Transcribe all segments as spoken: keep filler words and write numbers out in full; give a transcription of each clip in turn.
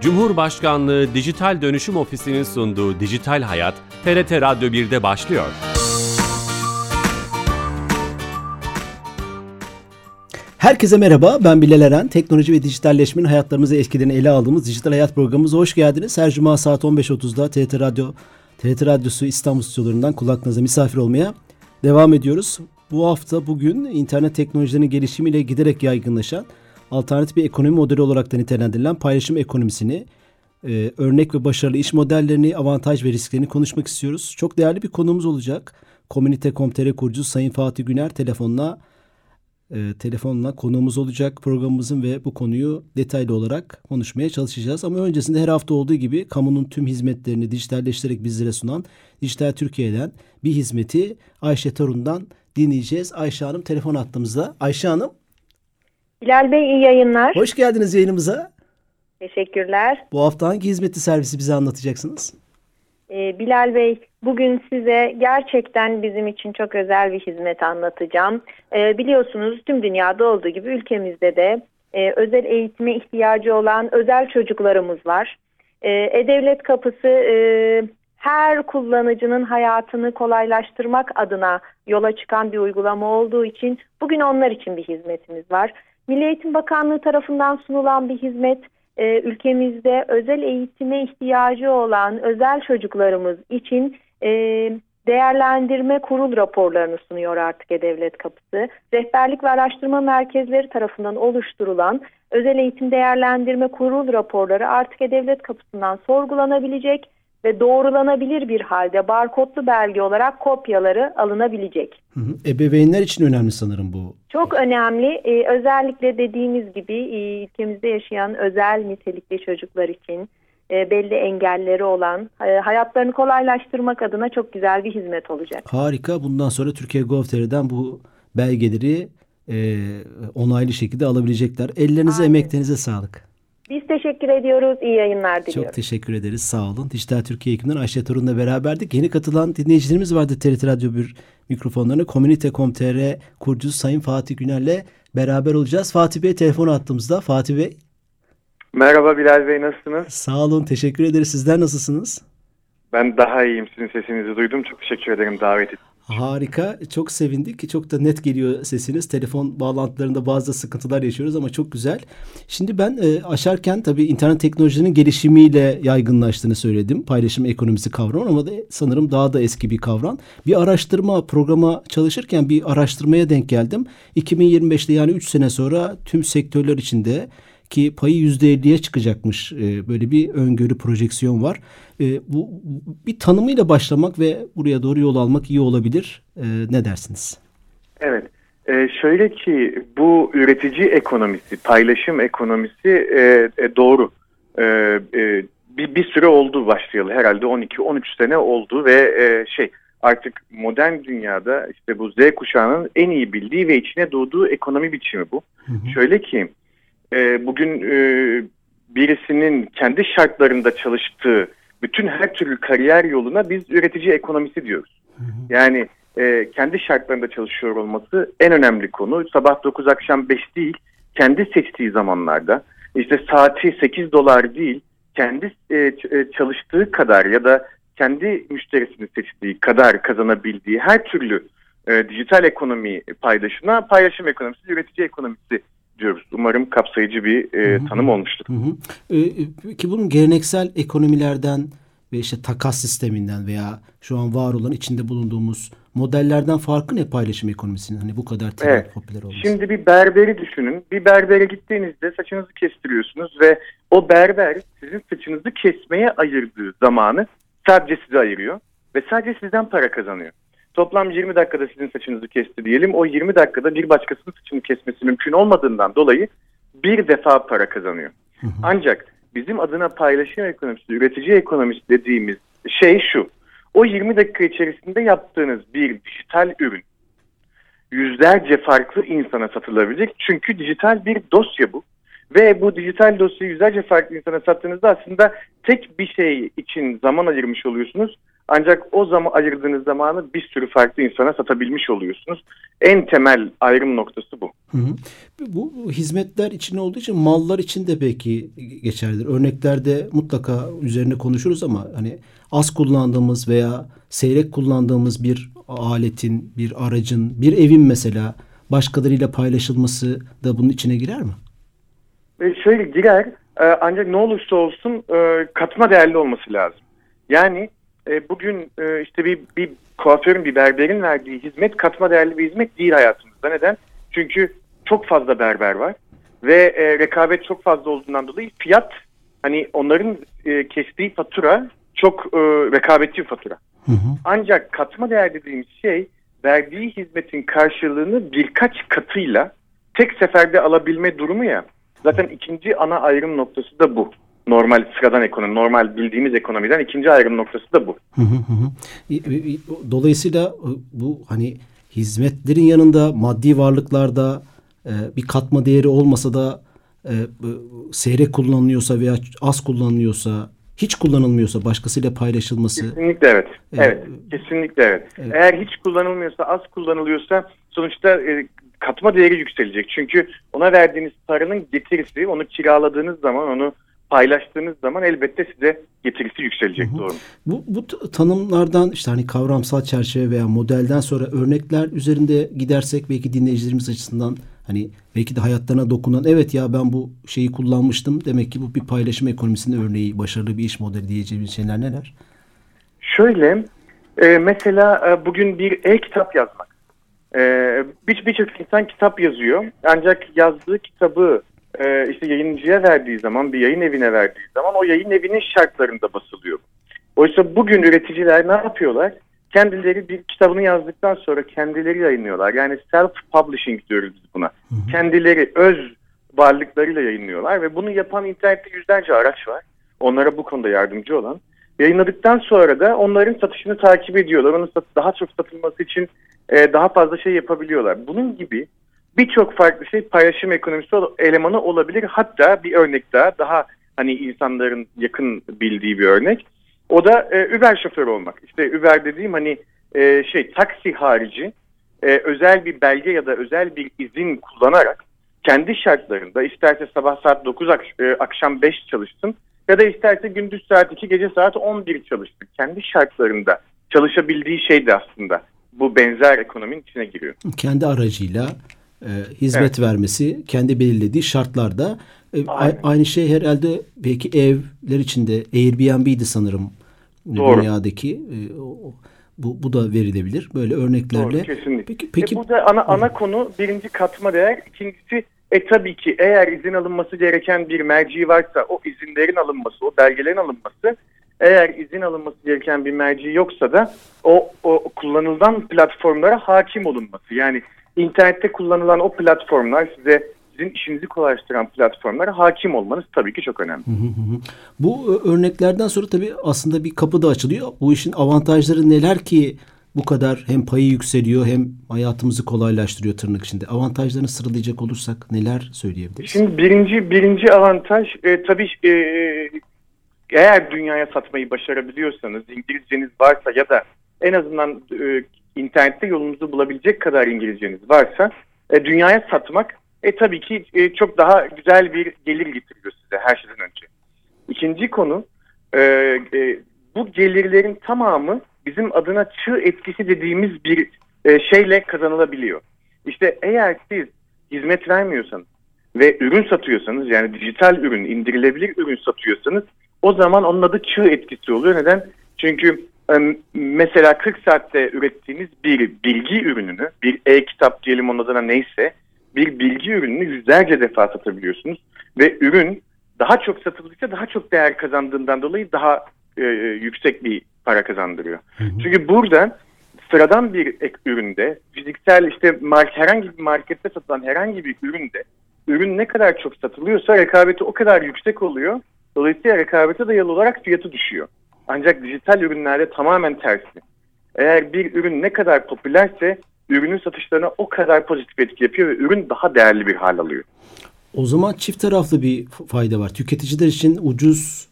Cumhurbaşkanlığı Dijital Dönüşüm Ofisi'nin sunduğu Dijital Hayat, T R T Radyo bir'de başlıyor. Herkese merhaba, ben Bilal Eren. Teknoloji ve dijitalleşmenin hayatlarımızı etkilerini ele aldığımız Dijital Hayat programımıza hoş geldiniz. Her cuma saat on beş otuzda T R T Radyo, T R T Radyosu İstanbul stüdyolarından kulaklarınıza misafir olmaya devam ediyoruz. Bu hafta bugün internet teknolojilerinin gelişimiyle giderek yaygınlaşan alternatif bir ekonomi modeli olarak da nitelendirilen paylaşım ekonomisini, e, örnek ve başarılı iş modellerini, avantaj ve risklerini konuşmak istiyoruz. Çok değerli bir konuğumuz olacak. Komünite nokta com nokta tr kurucusu Sayın Fatih Güner telefonla e, telefonla konuğumuz olacak programımızın ve bu konuyu detaylı olarak konuşmaya çalışacağız. Ama öncesinde her hafta olduğu gibi kamunun tüm hizmetlerini dijitalleştirerek bizlere sunan Dijital Türkiye'den bir hizmeti Ayşe Torun'dan dinleyeceğiz. Ayşe Hanım telefon attığımızda. Ayşe Hanım. Bilal Bey, iyi yayınlar. Hoş geldiniz yayınımıza. Teşekkürler. Bu hafta hangi hizmetli servisi bize anlatacaksınız? Ee, Bilal Bey, bugün size gerçekten bizim için çok özel bir hizmet anlatacağım. Ee, biliyorsunuz tüm dünyada olduğu gibi ülkemizde de e, özel eğitime ihtiyacı olan özel çocuklarımız var. E, E-Devlet Kapısı e, her kullanıcının hayatını kolaylaştırmak adına yola çıkan bir uygulama olduğu için bugün onlar için bir hizmetimiz var. Milli Eğitim Bakanlığı tarafından sunulan bir hizmet, e, ülkemizde özel eğitime ihtiyacı olan özel çocuklarımız için e, değerlendirme kurul raporlarını sunuyor artık E-Devlet Kapısı. Rehberlik ve araştırma merkezleri tarafından oluşturulan özel eğitim değerlendirme kurul raporları artık E-Devlet Kapısı'ndan sorgulanabilecek ve doğrulanabilir bir halde barkodlu belge olarak kopyaları alınabilecek. Hı hı. Ebeveynler için önemli sanırım bu. Çok önemli. Ee, özellikle dediğimiz gibi e, ülkemizde yaşayan özel nitelikli çocuklar için e, belli engelleri olan e, hayatlarını kolaylaştırmak adına çok güzel bir hizmet olacak. Harika. Bundan sonra Türkiye nokta gov nokta tr'den bu belgeleri e, onaylı şekilde alabilecekler. Ellerinize, Aynen. emeklerinize sağlık. Biz teşekkür ediyoruz. İyi yayınlar diliyoruz. Çok teşekkür ederiz. Sağ olun. Dijital Türkiye ekibinden Ayşe Torun'la beraberdik. Yeni katılan dinleyicilerimiz vardı T R T Radyo bir mikrofonlarına. Komünite nokta com nokta tr kurucusu Sayın Fatih Güner'le beraber olacağız. Fatih Bey telefon attığımızda. Fatih Bey. Merhaba Bilal Bey, nasılsınız? Sağ olun. Teşekkür ederiz. Sizler nasılsınız? Ben daha iyiyim. Sizin sesinizi duydum. Çok teşekkür ederim davet ettiğiniz. Harika. Çok sevindik. Çok da net geliyor sesiniz. Telefon bağlantılarında bazı sıkıntılar yaşıyoruz ama çok güzel. Şimdi ben e, aşarken tabii internet teknolojinin gelişimiyle yaygınlaştığını söyledim. Paylaşım ekonomisi kavramı ama da sanırım daha da eski bir kavram. Bir araştırma programa çalışırken bir araştırmaya denk geldim. iki bin yirmi beşte yani üç sene sonra tüm sektörler içinde ki payı yüzde elliye çıkacakmış. Ee, böyle bir öngörü, projeksiyon var. Ee, bu bir tanımıyla başlamak ve buraya doğru yol almak iyi olabilir. Ee, ne dersiniz? Evet. Ee, şöyle ki bu üretici ekonomisi, paylaşım ekonomisi e, e, doğru. E, e, bir, bir süre oldu başlayalı. Herhalde on iki on üç sene oldu ve e, şey artık modern dünyada işte bu Z kuşağının en iyi bildiği ve içine doğduğu ekonomi biçimi bu. Hı hı. Şöyle ki bugün birisinin kendi şartlarında çalıştığı bütün her türlü kariyer yoluna biz üretici ekonomisi diyoruz. Hı hı. Yani kendi şartlarında çalışıyor olması en önemli konu. Sabah dokuz akşam beş değil, kendi seçtiği zamanlarda işte saati sekiz dolar değil, kendi çalıştığı kadar ya da kendi müşterisini seçtiği kadar kazanabildiği her türlü dijital ekonomi paydaşına paylaşım ekonomisi, üretici ekonomisi diyoruz. Umarım kapsayıcı bir e, hı hı. tanım olmuştur. Hı hı. E, peki bunun geleneksel ekonomilerden ve işte takas sisteminden veya şu an var olan içinde bulunduğumuz modellerden farkı ne paylaşım ekonomisinin? Hani bu kadar evet. popüler olması. Şimdi bir berberi düşünün. Bir berbere gittiğinizde saçınızı kestiriyorsunuz ve o berber sizin saçınızı kesmeye ayırdığı zamanı sadece size ayırıyor ve sadece sizden para kazanıyor. Toplam yirmi dakikada sizin saçınızı kesti diyelim. O yirmi dakikada bir başkasının saçını kesmesi mümkün olmadığından dolayı bir defa para kazanıyor. Hı hı. Ancak bizim adına paylaşım ekonomisi, üretici ekonomisi dediğimiz şey şu. O yirmi dakika içerisinde yaptığınız bir dijital ürün yüzlerce farklı insana satılabilecek. Çünkü dijital bir dosya bu. Ve bu dijital dosyayı yüzlerce farklı insana sattığınızda aslında tek bir şey için zaman ayırmış oluyorsunuz. Ancak o zaman ayırdığınız zamanı bir sürü farklı insana satabilmiş oluyorsunuz. En temel ayrım noktası bu. Hı hı. Bu, bu hizmetler için olduğu için mallar için de belki geçerlidir. Örneklerde mutlaka üzerine konuşuruz ama hani az kullandığımız veya seyrek kullandığımız bir aletin, bir aracın, bir evin mesela başkalarıyla paylaşılması da bunun içine girer mi? E şöyle girer e, ancak ne olursa olsun e, katma değerli olması lazım. Yani e, bugün e, işte bir, bir kuaförün, bir berberin verdiği hizmet katma değerli bir hizmet değil hayatımızda. Neden? Çünkü çok fazla berber var ve e, rekabet çok fazla olduğundan dolayı fiyat, hani onların e, kestiği fatura çok e, rekabetçi bir fatura. Hı hı. Ancak katma değer dediğimiz şey verdiği hizmetin karşılığını birkaç katıyla tek seferde alabilme durumu ya. Zaten ikinci ana ayrım noktası da bu. Normal sıradan ekonomi, normal bildiğimiz ekonomiden ikinci ayrım noktası da bu. Hı hı hı. Dolayısıyla bu hani hizmetlerin yanında maddi varlıklarda e, bir katma değeri olmasa da e, seyrek kullanılıyorsa veya az kullanılıyorsa, hiç kullanılmıyorsa başkasıyla paylaşılması. Kesinlikle evet. E, evet. Kesinlikle evet. evet. Eğer hiç kullanılmıyorsa, az kullanılıyorsa sonuçta e, katma değeri yükselecek. Çünkü ona verdiğiniz paranın getirisi, onu kiraladığınız zaman, onu paylaştığınız zaman elbette size getirisi yükselecek. Hı hı. Doğru. Bu, bu tanımlardan işte hani kavramsal çerçeve veya modelden sonra örnekler üzerinde gidersek belki dinleyicilerimiz açısından hani belki de hayatlarına dokunan, evet ya ben bu şeyi kullanmıştım, demek ki bu bir paylaşım ekonomisinin örneği, başarılı bir iş modeli diyeceğimiz şeyler neler? Şöyle e, mesela e, bugün bir e-kitap yazmak. E, bir, birçok insan kitap yazıyor ancak yazdığı kitabı Ee, işte yayıncıya verdiği zaman, bir yayın evine verdiği zaman o yayın evinin şartlarında basılıyor. Oysa bugün üreticiler ne yapıyorlar? Kendileri bir kitabını yazdıktan sonra kendileri yayınlıyorlar. Yani self-publishing diyoruz biz buna. Hı hı. Kendileri öz varlıklarıyla yayınlıyorlar ve bunu yapan internette yüzlerce araç var. Onlara bu konuda yardımcı olan. Yayınladıktan sonra da onların satışını takip ediyorlar. Onun daha çok satılması için e, daha fazla şey yapabiliyorlar. Bunun gibi birçok farklı şey paylaşım ekonomisi elemanı olabilir. Hatta bir örnek daha, daha hani insanların yakın bildiği bir örnek. O da e, Uber şoförü olmak. İşte Uber dediğim hani e, şey taksi harici e, özel bir belge ya da özel bir izin kullanarak kendi şartlarında isterse sabah saat dokuz ak- e, akşam beş çalışsın ya da isterse gündüz saat iki gece saat on bir çalışsın. Kendi şartlarında çalışabildiği şey de aslında bu benzer ekonominin içine giriyor. Kendi aracıyla E, hizmet evet. vermesi, kendi belirlediği şartlarda. E, a- aynı şey herhalde belki evler içinde Airbnb'di sanırım. Doğru. Dünyadaki. E, o, bu bu da verilebilir böyle örneklerle. Doğru, kesinlikle. Peki, peki, e, burada ana ana konu birinci katma değer, ikincisi e tabii ki eğer izin alınması gereken bir merci varsa o izinlerin alınması, o belgelerin alınması. Eğer izin alınması gereken bir merci yoksa da o, o kullanılan platformlara hakim olunması. Yani İnternette kullanılan o platformlar, size sizin işinizi kolaylaştıran platformlara hakim olmanız tabii ki çok önemli. Hı hı. Bu örneklerden sonra tabii aslında bir kapı da açılıyor. Bu işin avantajları neler ki bu kadar hem payı yükseliyor hem hayatımızı kolaylaştırıyor tırnak içinde. Avantajlarını sıralayacak olursak neler söyleyebiliriz? Şimdi birinci birinci avantaj e, tabii e, eğer dünyaya satmayı başarabiliyorsanız, İngilizceniz varsa ya da en azından e, İnternette yolunuzu bulabilecek kadar İngilizceniz varsa e, dünyaya satmak e, tabii ki e, çok daha güzel bir gelir getiriyor size her şeyden önce. İkinci konu e, e, bu gelirlerin tamamı bizim adına çığ etkisi dediğimiz bir e, şeyle kazanılabiliyor. İşte eğer siz hizmet vermiyorsanız ve ürün satıyorsanız, yani dijital ürün, indirilebilir ürün satıyorsanız o zaman onun adı çığ etkisi oluyor. Neden? Çünkü mesela kırk saatte ürettiğiniz bir bilgi ürününü, bir e-kitap diyelim onun adına neyse, bir bilgi ürününü yüzlerce defa satabiliyorsunuz. Ve ürün daha çok satıldıkça daha çok değer kazandığından dolayı daha e, yüksek bir para kazandırıyor. Hı hı. Çünkü burada sıradan bir ek üründe, fiziksel işte mark, herhangi bir markette satılan herhangi bir üründe, ürün ne kadar çok satılıyorsa rekabeti o kadar yüksek oluyor. Dolayısıyla rekabete dayalı olarak fiyatı düşüyor. Ancak dijital ürünlerde tamamen tersi. Eğer bir ürün ne kadar popülerse ürünün satışlarına o kadar pozitif etki yapıyor ve ürün daha değerli bir hal alıyor. O zaman çift taraflı bir fayda var. Tüketiciler için ucuz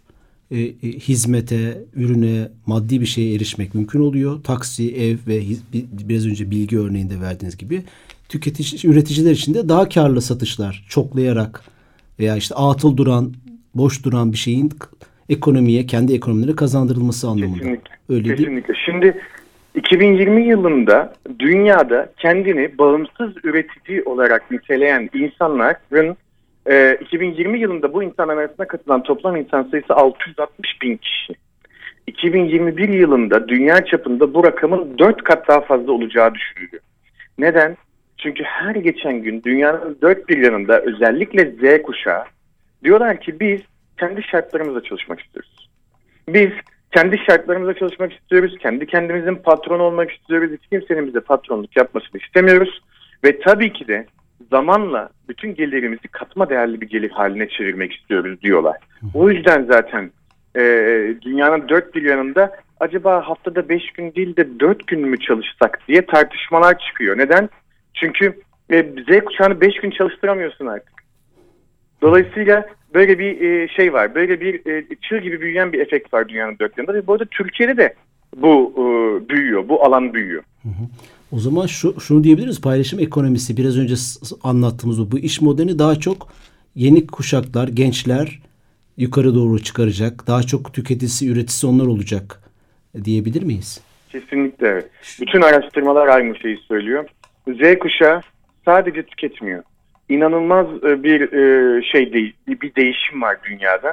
e, e, hizmete, ürüne, maddi bir şeye erişmek mümkün oluyor. Taksi, ev ve hiz, biraz önce bilgi örneğinde verdiğiniz gibi tüketici, üreticiler için de daha karlı satışlar çoklayarak veya işte atıl duran, boş duran bir şeyin ekonomiye, kendi ekonomilerine kazandırılması anlamında. Kesinlikle. Öyle Kesinlikle. Değil. Şimdi iki bin yirmi yılında dünyada kendini bağımsız üretici olarak niteleyen insanların e, iki bin yirmi yılında bu insanların arasında katılan toplam insan sayısı altı yüz altmış bin kişi. iki bin yirmi bir yılında dünya çapında bu rakamın dört kat daha fazla olacağı düşünülüyor. Neden? Çünkü her geçen gün dünyanın dört bir yanında özellikle Z kuşağı diyorlar ki biz kendi şartlarımızla çalışmak istiyoruz. Biz kendi şartlarımızla çalışmak istiyoruz. Kendi kendimizin patronu olmak istiyoruz. Hiç kimsenin bize patronluk yapmasını istemiyoruz. Ve tabii ki de zamanla bütün gelirimizi katma değerli bir gelir haline çevirmek istiyoruz diyorlar. O yüzden zaten e, dünyanın dört bir yanında acaba haftada beş gün değil de dört gün mü çalışsak diye tartışmalar çıkıyor. Neden? Çünkü e, Z kuşağını beş gün çalıştıramıyorsun artık. Dolayısıyla böyle bir e, şey var. Böyle bir e, çığ gibi büyüyen bir efekt var dünyanın dört yanında. Ve bu arada Türkiye'de de bu e, büyüyor. Bu alan büyüyor. Hı hı. O zaman şu, şunu diyebiliriz. Paylaşım ekonomisi biraz önce anlattığımız bu, bu iş modelini daha çok yeni kuşaklar, gençler yukarı doğru çıkaracak. Daha çok tüketicisi, üreticisi onlar olacak diyebilir miyiz? Kesinlikle evet. Bütün araştırmalar aynı şeyi söylüyor. Z kuşağı sadece tüketmiyor. İnanılmaz bir şey değil, bir değişim var dünyada.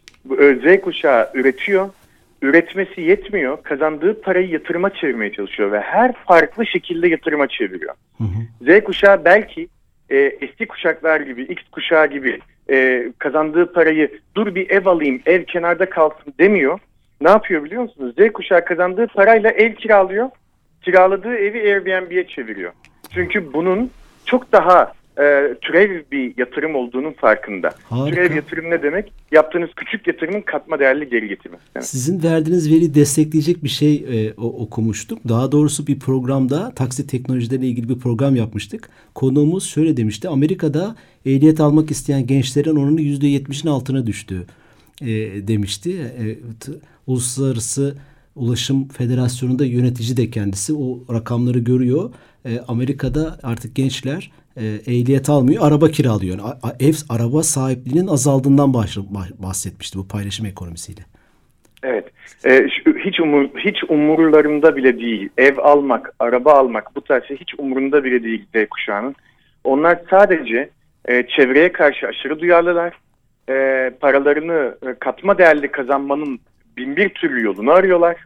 Z kuşağı üretiyor, üretmesi yetmiyor, kazandığı parayı yatırıma çevirmeye çalışıyor ve her farklı şekilde yatırıma çeviriyor. Hı hı. Z kuşağı belki e, eski kuşaklar gibi, X kuşağı gibi e, kazandığı parayı dur bir ev alayım, ev kenarda kalsın demiyor. Ne yapıyor biliyor musunuz? Z kuşağı kazandığı parayla ev kiralıyor, kiraladığı evi Airbnb'ye çeviriyor. Çünkü bunun çok daha e, türev bir yatırım olduğunun farkında. Harika. Türev yatırım ne demek? Yaptığınız küçük yatırımın katma değerli geri getirmesi demek. Sizin verdiğiniz veriyi destekleyecek bir şey e, okumuştum. Daha doğrusu bir programda taksi teknolojileriyle ilgili bir program yapmıştık. Konuğumuz şöyle demişti. Amerika'da ehliyet almak isteyen gençlerin oranı yüzde yetmişin altına düştü e, demişti. E, t- Uluslararası Ulaşım Federasyonu'nda yönetici de kendisi. O rakamları görüyor. E, Amerika'da artık gençler e, ehliyet almıyor, araba kiralıyor. Yani, a, ev, araba sahipliğinin azaldığından bahsetmişti bu paylaşım ekonomisiyle. Evet. E, hiç umur, hiç umurlarında bile değil. Ev almak, araba almak bu tarz şey hiç umurunda bile değil Z kuşağının. Onlar sadece e, çevreye karşı aşırı duyarlılar. E, paralarını e, katma değerli kazanmanın bin bir türlü yolunu arıyorlar.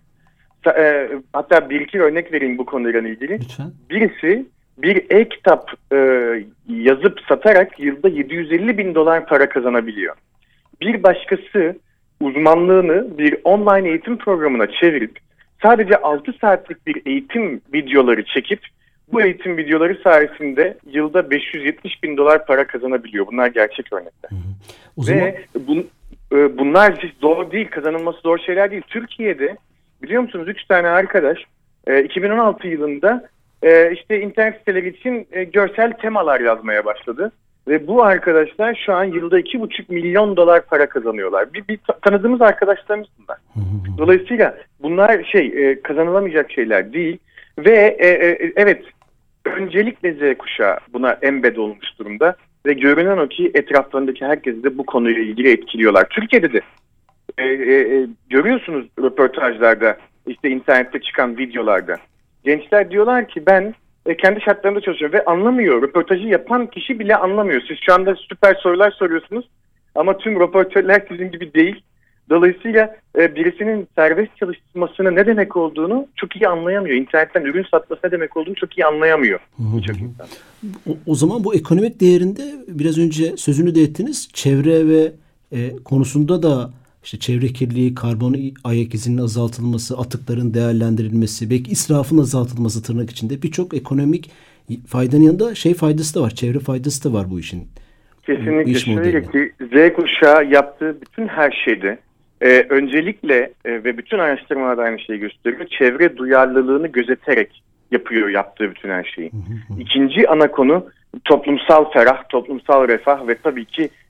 E, hatta bir iki örnek vereyim bu konuyla ilgili. Lütfen. Birisi bir e-kitap e, yazıp satarak yılda yedi yüz elli bin dolar para kazanabiliyor. Bir başkası uzmanlığını bir online eğitim programına çevirip sadece altı saatlik bir eğitim videoları çekip bu eğitim videoları sayesinde yılda beş yüz yetmiş bin dolar para kazanabiliyor. Bunlar gerçek örnekler. Hı hı. O zaman... Ve bun, e, bunlar hiç zor değil, kazanılması zor şeyler değil. Türkiye'de biliyor musunuz üç tane arkadaş e, iki bin on altı yılında e, işte internet siteleri için e, görsel temalar yazmaya başladı. Ve bu arkadaşlar şu an yılda iki buçuk milyon dolar para kazanıyorlar. Bir, bir tanıdığımız arkadaşlarımız bunlar. Dolayısıyla bunlar şey e, kazanılamayacak şeyler değil. Ve e, e, evet öncelikle Z kuşağı buna embed olmuş durumda. Ve görünen o ki etraflarındaki herkesi de bu konuyla ilgili etkiliyorlar. Türkiye'de de e, e, görüyorsunuz röportajlarda, işte internette çıkan videolarda. Gençler diyorlar ki ben e, kendi şartlarımda çalışıyorum ve anlamıyor. Röportajı yapan kişi bile anlamıyor. Siz şu anda süper sorular soruyorsunuz ama tüm röportörler sizin gibi değil. Dolayısıyla e, birisinin serbest çalışmasının ne demek olduğunu çok iyi anlayamıyor. İnternetten ürün satması ne demek olduğunu çok iyi anlayamıyor. Birçok insan. O, o zaman bu ekonomik değerinde biraz önce sözünü de ettiniz. Çevre ve e, konusunda da işte çevre kirliliği, karbon ayak izinin azaltılması, atıkların değerlendirilmesi, belki israfın azaltılması tırnak içinde birçok ekonomik faydanın yanında şey faydası da var. Çevre faydası da var bu işin. Kesinlikle. Şöyle ki Z kuşağı yaptığı bütün her şeyde Ee, öncelikle e, ve bütün araştırmalar da aynı şeyi gösteriyor. Çevre duyarlılığını gözeterek yapıyor yaptığı bütün her şeyi. İkinci ana konu toplumsal ferah, toplumsal refah ve tabii ki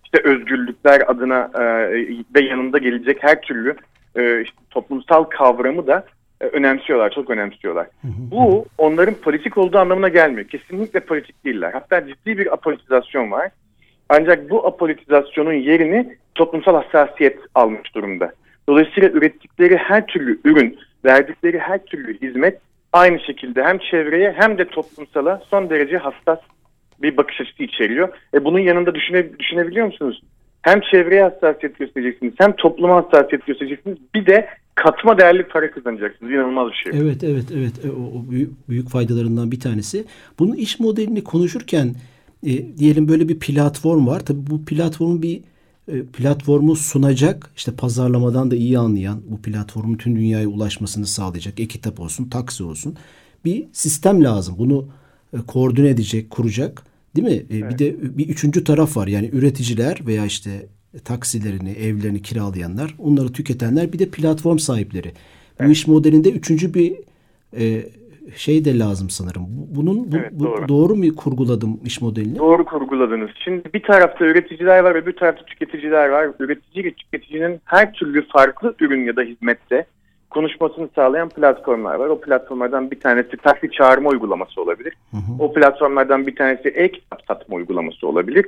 işte özgürlükler adına e, ve yanında gelecek her türlü e, işte toplumsal kavramı da e, önemsiyorlar, çok önemsiyorlar. Bu onların politik olduğu anlamına gelmiyor. Kesinlikle politik değiller. Hatta ciddi bir apolitizasyon var. Ancak bu apolitizasyonun yerini toplumsal hassasiyet almış durumda. Dolayısıyla ürettikleri her türlü ürün, verdikleri her türlü hizmet aynı şekilde hem çevreye hem de toplumsala son derece hassas bir bakış açısı içeriyor. E bunun yanında düşüne, düşünebiliyor musunuz? Hem çevreye hassasiyet göstereceksiniz, hem topluma hassasiyet göstereceksiniz. Bir de katma değerli para kazanacaksınız. İnanılmaz bir şey. Evet, evet, evet. O, o büyük, büyük faydalarından bir tanesi. Bunun iş modelini konuşurken e, diyelim böyle bir platform var. Tabii bu platformun bir e, platformu sunacak, işte pazarlamadan da iyi anlayan, bu platformun tüm dünyaya ulaşmasını sağlayacak, e-kitap olsun, taksi olsun, bir sistem lazım. Bunu e, koordine edecek, kuracak, değil mi? E, evet. Bir de bir üçüncü taraf var. Yani üreticiler veya işte taksilerini, evlerini kiralayanlar, onları tüketenler, bir de platform sahipleri. Bu evet. iş modelinde üçüncü bir e, şey de lazım sanırım. Bunun bu, evet, doğru. Bu, doğru mu kurguladım iş modelini? Doğru kurguladınız. Şimdi bir tarafta üreticiler var, öbür tarafta tüketiciler var. Üretici ve tüketicinin her türlü farklı ürün ya da hizmette konuşmasını sağlayan platformlar var. O platformlardan bir tanesi taksi çağırma uygulaması olabilir. Hı hı. O platformlardan bir tanesi e-kitap satma uygulaması olabilir.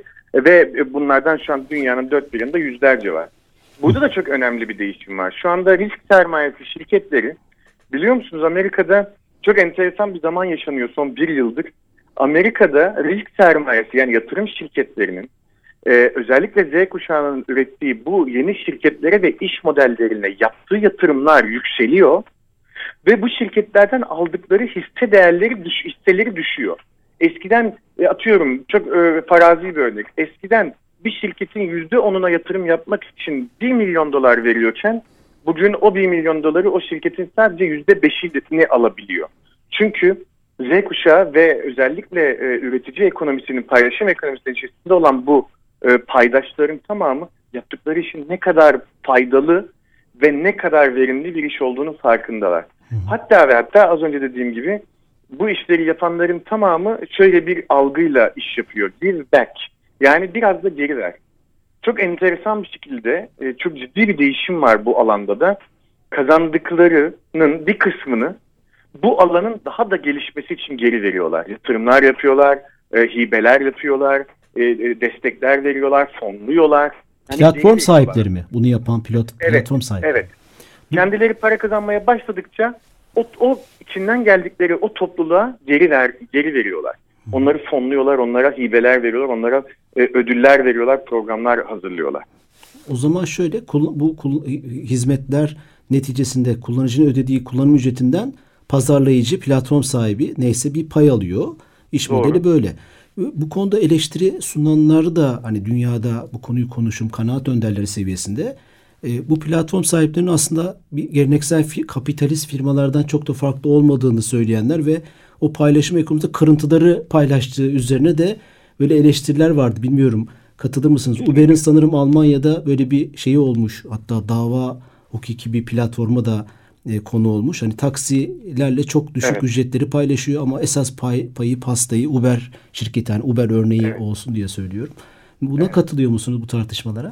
Ve bunlardan şu an dünyanın dört bir yanında yüzlerce var. Burada da çok önemli bir değişim var. Şu anda risk sermayesi şirketleri, biliyor musunuz, Amerika'da çok enteresan bir zaman yaşanıyor son bir yıldır. Amerika'da risk sermayesi, yani yatırım şirketlerinin Ee, özellikle Z kuşağının ürettiği bu yeni şirketlere ve iş modellerine yaptığı yatırımlar yükseliyor ve bu şirketlerden aldıkları hisse değerleri düş, hisseleri düşüyor. Eskiden e, atıyorum çok e, farazi bir örnek. Eskiden bir şirketin yüzde onuna yatırım yapmak için bir milyon dolar veriyorken bugün o bir milyon doları o şirketin sadece yüzde beşini alabiliyor. Çünkü Z kuşağı ve özellikle e, üretici ekonomisinin, paylaşım ekonomisinin içerisinde olan bu E, paydaşların tamamı yaptıkları işin ne kadar faydalı ve ne kadar verimli bir iş olduğunu farkındalar. Hı hı. Hatta ve hatta az önce dediğim gibi bu işleri yapanların tamamı şöyle bir algıyla iş yapıyor. Give back. Yani biraz da geri ver. Çok enteresan bir şekilde e, çok ciddi bir değişim var bu alanda da. Kazandıklarının bir kısmını bu alanın daha da gelişmesi için geri veriyorlar. Yatırımlar yapıyorlar, e, hibeler yapıyorlar, E, destekler veriyorlar, fonluyorlar. Yani platform sahipleri mi? Bunu yapan pilot evet, platform sahipleri. Evet. Kendileri para kazanmaya başladıkça o, o içinden geldikleri o topluluğa geri ver, geri veriyorlar. Hmm. Onları fonluyorlar, onlara hibeler veriyorlar, onlara e, ödüller veriyorlar, programlar hazırlıyorlar. O zaman şöyle, bu hizmetler neticesinde kullanıcının ödediği kullanım ücretinden pazarlayıcı, platform sahibi neyse bir pay alıyor. İş Doğru. modeli böyle. Bu konuda eleştiri sunanları da hani dünyada bu konuyu konuşum kanaat önderleri seviyesinde e, bu platform sahiplerinin aslında bir geleneksel fi- kapitalist firmalardan çok da farklı olmadığını söyleyenler ve o paylaşım ekonomisinde kırıntıları paylaştığı üzerine de böyle eleştiriler vardı. Bilmiyorum, katılır mısınız? Uber'in sanırım Almanya'da böyle bir şeyi olmuş. Hatta dava hukuki bir platforma da E, konu olmuş. Hani taksilerle çok düşük evet. ücretleri paylaşıyor ama esas pay, payı pastayı Uber şirketi, yani Uber örneği evet. olsun diye söylüyorum. Buna evet. katılıyor musunuz, bu tartışmalara?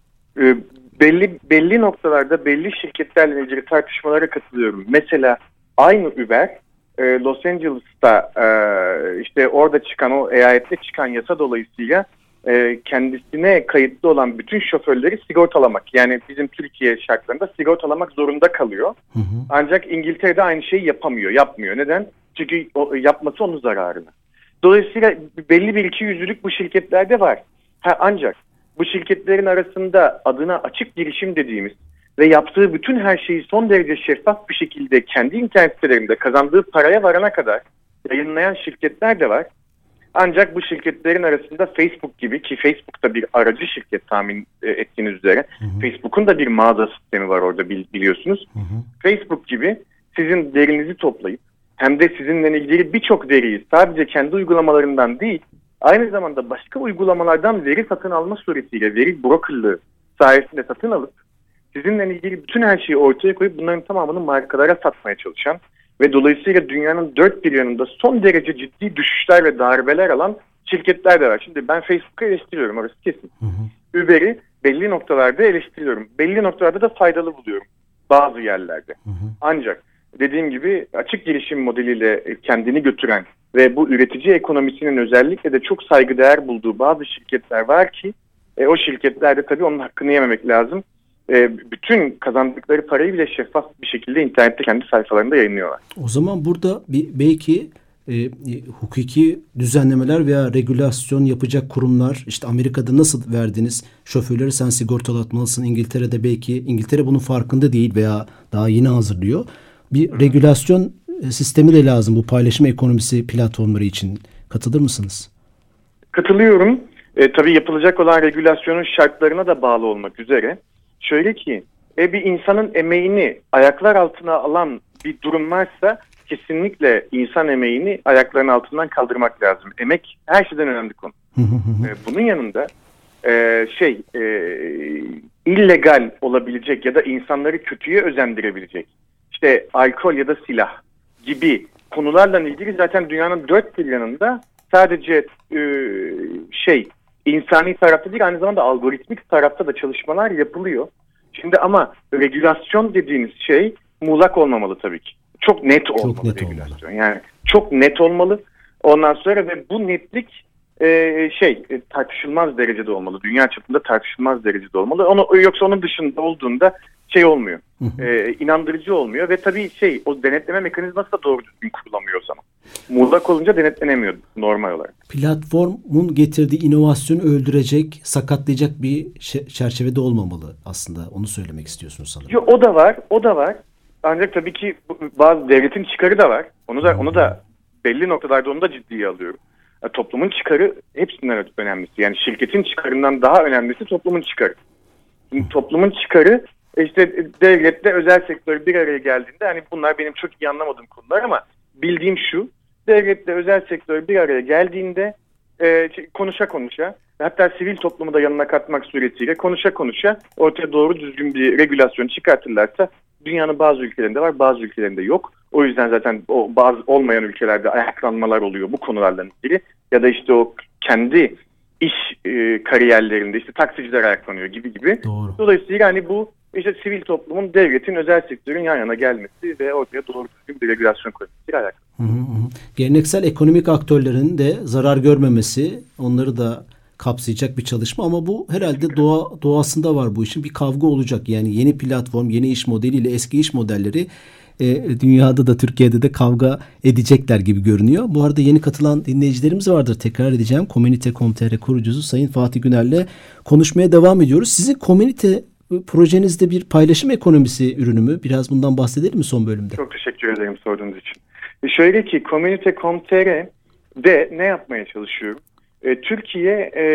E, belli belli noktalarda belli şirketlerle ilgili tartışmalara katılıyorum. Mesela aynı Uber e, Los Angeles'ta e, işte orada çıkan, o eyalette çıkan yasa dolayısıyla e, kendisine kayıtlı olan bütün şoförleri sigortalamak, yani bizim Türkiye şartlarında sigortalamak zorunda kalıyor. Hı hı. Ancak İngiltere'de aynı şeyi yapamıyor, yapmıyor. Neden? Çünkü o, yapması onun zararına. Dolayısıyla belli bir ikiyüzlülük bu şirketlerde var. Ha, ancak bu şirketlerin arasında adına açık girişim dediğimiz ve yaptığı bütün her şeyi son derece şeffaf bir şekilde kendi internet sitelerinde kazandığı paraya varana kadar yayınlayan şirketler de var. Ancak bu şirketlerin arasında Facebook gibi, ki Facebook da bir aracı şirket tahmin ettiğiniz üzere. Hı hı. Facebook'un da bir mağaza sistemi var orada, biliyorsunuz. Hı hı. Facebook gibi sizin verinizi toplayıp hem de sizinle ilgili birçok veriyi sadece kendi uygulamalarından değil, aynı zamanda başka uygulamalardan veri satın alma suretiyle, veri brokerlığı sayesinde satın alıp sizinle ilgili bütün her şeyi ortaya koyup bunların tamamını markalara satmaya çalışan ve dolayısıyla dünyanın dört bir yanında son derece ciddi düşüşler ve darbeler alan şirketler de var. Şimdi ben Facebook'u eleştiriyorum, orası kesin. Hı hı. Uber'i belli noktalarda eleştiriyorum. Belli noktalarda da faydalı buluyorum bazı yerlerde. Hı hı. Ancak dediğim gibi açık girişim modeliyle kendini götüren ve bu üretici ekonomisinin özellikle de çok saygıdeğer bulduğu bazı şirketler var ki e, o şirketlerde tabii onun hakkını yememek lazım. E, bütün kazandıkları parayı bile şeffaf bir şekilde internette kendi sayfalarında yayınlıyorlar. O zaman burada bir, belki e, e, hukuki düzenlemeler veya regülasyon yapacak kurumlar, işte Amerika'da nasıl verdiniz şoförleri sen sigortalatmalısın, İngiltere'de belki İngiltere bunun farkında değil veya daha yeni hazırlıyor. Bir Hı. regülasyon sistemi de lazım bu paylaşım ekonomisi platformları için. Katılır mısınız? Katılıyorum. E, tabii yapılacak olan regülasyonun şartlarına da bağlı olmak üzere. Şöyle ki e, bir insanın emeğini ayaklar altına alan bir durum varsa kesinlikle insan emeğini ayaklarının altından kaldırmak lazım. Emek her şeyden önemli konu. e, bunun yanında e, şey e, illegal olabilecek ya da insanları kötüye özendirebilecek işte alkol ya da silah gibi konularla ilgili zaten dünyanın dört bir yanında sadece e, şey insani tarafta değil aynı zamanda algoritmik tarafta da çalışmalar yapılıyor. Şimdi ama regülasyon dediğiniz şey muğlak olmamalı tabii ki. Çok net olmalı çok net regülasyon. Olmalı. Yani çok net olmalı. Ondan sonra ve bu netlik e, şey e, tartışılmaz derecede olmalı. Dünya çapında tartışılmaz derecede olmalı. Onu, yoksa onun dışında olduğunda şey olmuyor. E, inandırıcı olmuyor ve tabii şey o denetleme mekanizması da doğru düzgün kurulamıyor o zaman. Muğlak olunca denetlenemiyor normal olarak. Platformun getirdiği inovasyonu öldürecek, sakatlayacak bir çerçevede olmamalı aslında. Onu söylemek istiyorsunuz sanırım. Yo, o da var, o da var. Ancak tabii ki bazı devletin çıkarı da var. Onu da onu da belli noktalarda onu da ciddiye alıyorum. Yani toplumun çıkarı hepsinden önemlisi. Yani şirketin çıkarından daha önemlisi toplumun çıkarı. Şimdi toplumun çıkarı işte devletle özel sektör bir araya geldiğinde hani bunlar benim çok iyi anlamadığım konular ama bildiğim şu. Devletle özel sektör bir araya geldiğinde e, konuşa konuşa hatta sivil toplumu da yanına katmak suretiyle konuşa konuşa ortaya doğru düzgün bir regülasyon çıkartırlarsa dünyanın bazı ülkelerinde var bazı ülkelerinde yok. O yüzden zaten o bazı olmayan ülkelerde ayaklanmalar oluyor bu konularla ilgili ya da işte o kendi iş e, kariyerlerinde işte taksiciler ayaklanıyor gibi gibi. Doğru. Dolayısıyla hani bu işte sivil toplumun, devletin, özel sektörün yan yana gelmesi ve ortaya doğru düzgün bir regülasyon koymasıyla alakalı. Hı hı. Geleneksel ekonomik aktörlerin de zarar görmemesi, onları da kapsayacak bir çalışma ama bu herhalde doğa doğasında var bu işin. Bir kavga olacak. Yani yeni platform, yeni iş modeliyle eski iş modelleri e, dünyada da Türkiye'de de kavga edecekler gibi görünüyor. Bu arada yeni katılan dinleyicilerimiz vardır. Tekrar edeceğim. Komünite nokta com nokta tr kurucusu Sayın Fatih Güner'le konuşmaya devam ediyoruz. Sizin komünite projenizde bir paylaşım ekonomisi ürünü mü? Biraz bundan bahsedelim mi son bölümde? Çok teşekkür ederim sorduğunuz için. E şöyle ki komünite nokta com nokta tr'de ne yapmaya çalışıyorum? E, Türkiye e,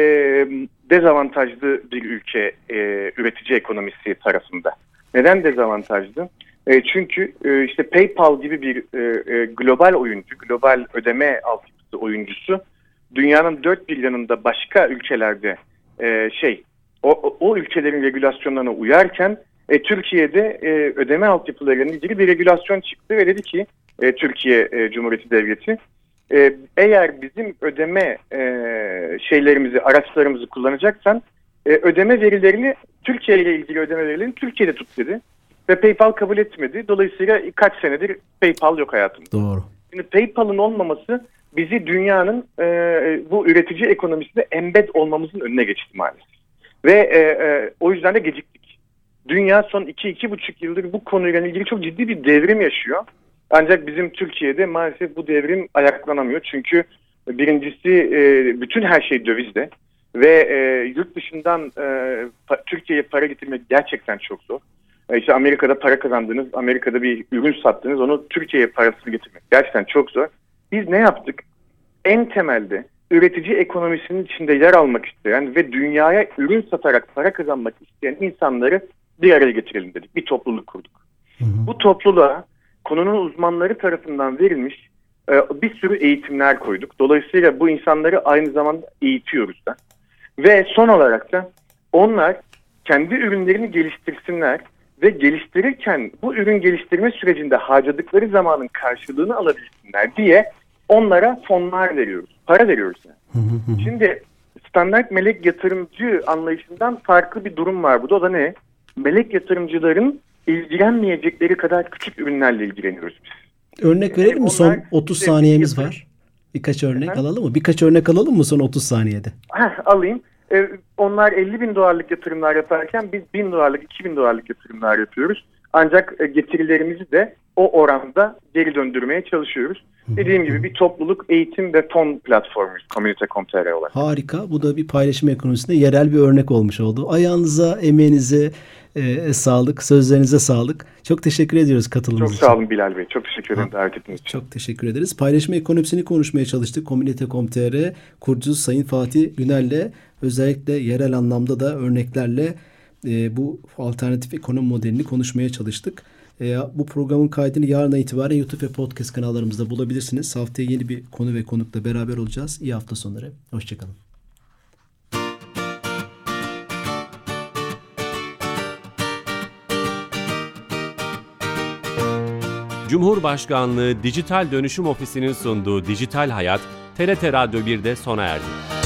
dezavantajlı bir ülke e, üretici ekonomisi tarafında. Neden dezavantajlı? E, çünkü e, işte PayPal gibi bir e, e, global oyuncu, global ödeme altyapısı oyuncusu dünyanın dört bir yanında başka ülkelerde e, şey o, o ülkelerin regülasyonlarına uyarken e, Türkiye'de e, ödeme altyapılarıyla ilgili bir regülasyon çıktı ve dedi ki e, Türkiye e, Cumhuriyeti Devleti e, eğer bizim ödeme e, şeylerimizi, araçlarımızı kullanacaksan e, ödeme verilerini Türkiye ile ilgili ödeme verilerini Türkiye'de tut dedi. Ve PayPal kabul etmedi. Dolayısıyla kaç senedir PayPal yok hayatımda. Doğru. Şimdi PayPal'ın olmaması bizi dünyanın e, bu üretici ekonomisinde embed olmamızın önüne geçti maalesef. Ve e, e, o yüzden de geciktik. Dünya son iki iki buçuk yıldır bu konuyla ilgili çok ciddi bir devrim yaşıyor. Ancak bizim Türkiye'de maalesef bu devrim ayaklanamıyor. Çünkü birincisi e, bütün her şey dövizde. Ve e, yurt dışından e, pa- Türkiye'ye para getirmek gerçekten çok zor. E, işte Amerika'da para kazandınız, Amerika'da bir ürün sattınız, onu Türkiye'ye parasını getirmek gerçekten çok zor. Biz ne yaptık? En temelde üretici ekonomisinin içinde yer almak isteyen ve dünyaya ürün satarak para kazanmak isteyen insanları bir araya getirelim dedik. Bir topluluk kurduk. Hı hı. Bu topluluğa konunun uzmanları tarafından verilmiş e, bir sürü eğitimler koyduk. Dolayısıyla bu insanları aynı zamanda eğitiyoruz da. Ve son olarak da onlar kendi ürünlerini geliştirsinler ve geliştirirken bu ürün geliştirme sürecinde harcadıkları zamanın karşılığını alabilsinler diye onlara fonlar veriyoruz. Para veriyoruz yani. Şimdi standart melek yatırımcı anlayışından farklı bir durum var burada. O da ne? Melek yatırımcıların ilgilenmeyecekleri kadar küçük ürünlerle ilgileniyoruz biz. Örnek verelim mi? Son otuz saniyemiz yatırım... var. Birkaç örnek Efendim? alalım mı? Birkaç örnek alalım mı son otuz saniyede? Heh, alayım. Ee, onlar elli bin dolarlık yatırımlar yaparken biz bin dolarlık, iki bin dolarlık yatırımlar yapıyoruz. Ancak e, getirilerimizi de o oranda geri döndürmeye çalışıyoruz. Dediğim gibi bir topluluk, eğitim ve fon platformuyuz komünite nokta com nokta tr olarak. Harika. Bu da bir paylaşım ekonomisinde yerel bir örnek olmuş oldu. Ayağınıza, emeğinize e, sağlık, sözlerinize sağlık. Çok teşekkür ediyoruz katılımınız Çok için. sağ olun Bilal Bey. Çok teşekkür ederim davet ettiğiniz için. Çok teşekkür ederiz. Paylaşım ekonomisini konuşmaya çalıştık. komünite nokta com nokta tr kurucusu Sayın Fatih Güner'le özellikle yerel anlamda da örneklerle e, bu alternatif ekonomi modelini konuşmaya çalıştık. E, bu programın kaydını yarından itibaren YouTube ve podcast kanallarımızda bulabilirsiniz. Haftaya yeni bir konu ve konukla beraber olacağız. İyi hafta sonları. Hoşçakalın. Cumhurbaşkanlığı Dijital Dönüşüm Ofisi'nin sunduğu Dijital Hayat, T R T Radyo birde sona erdi.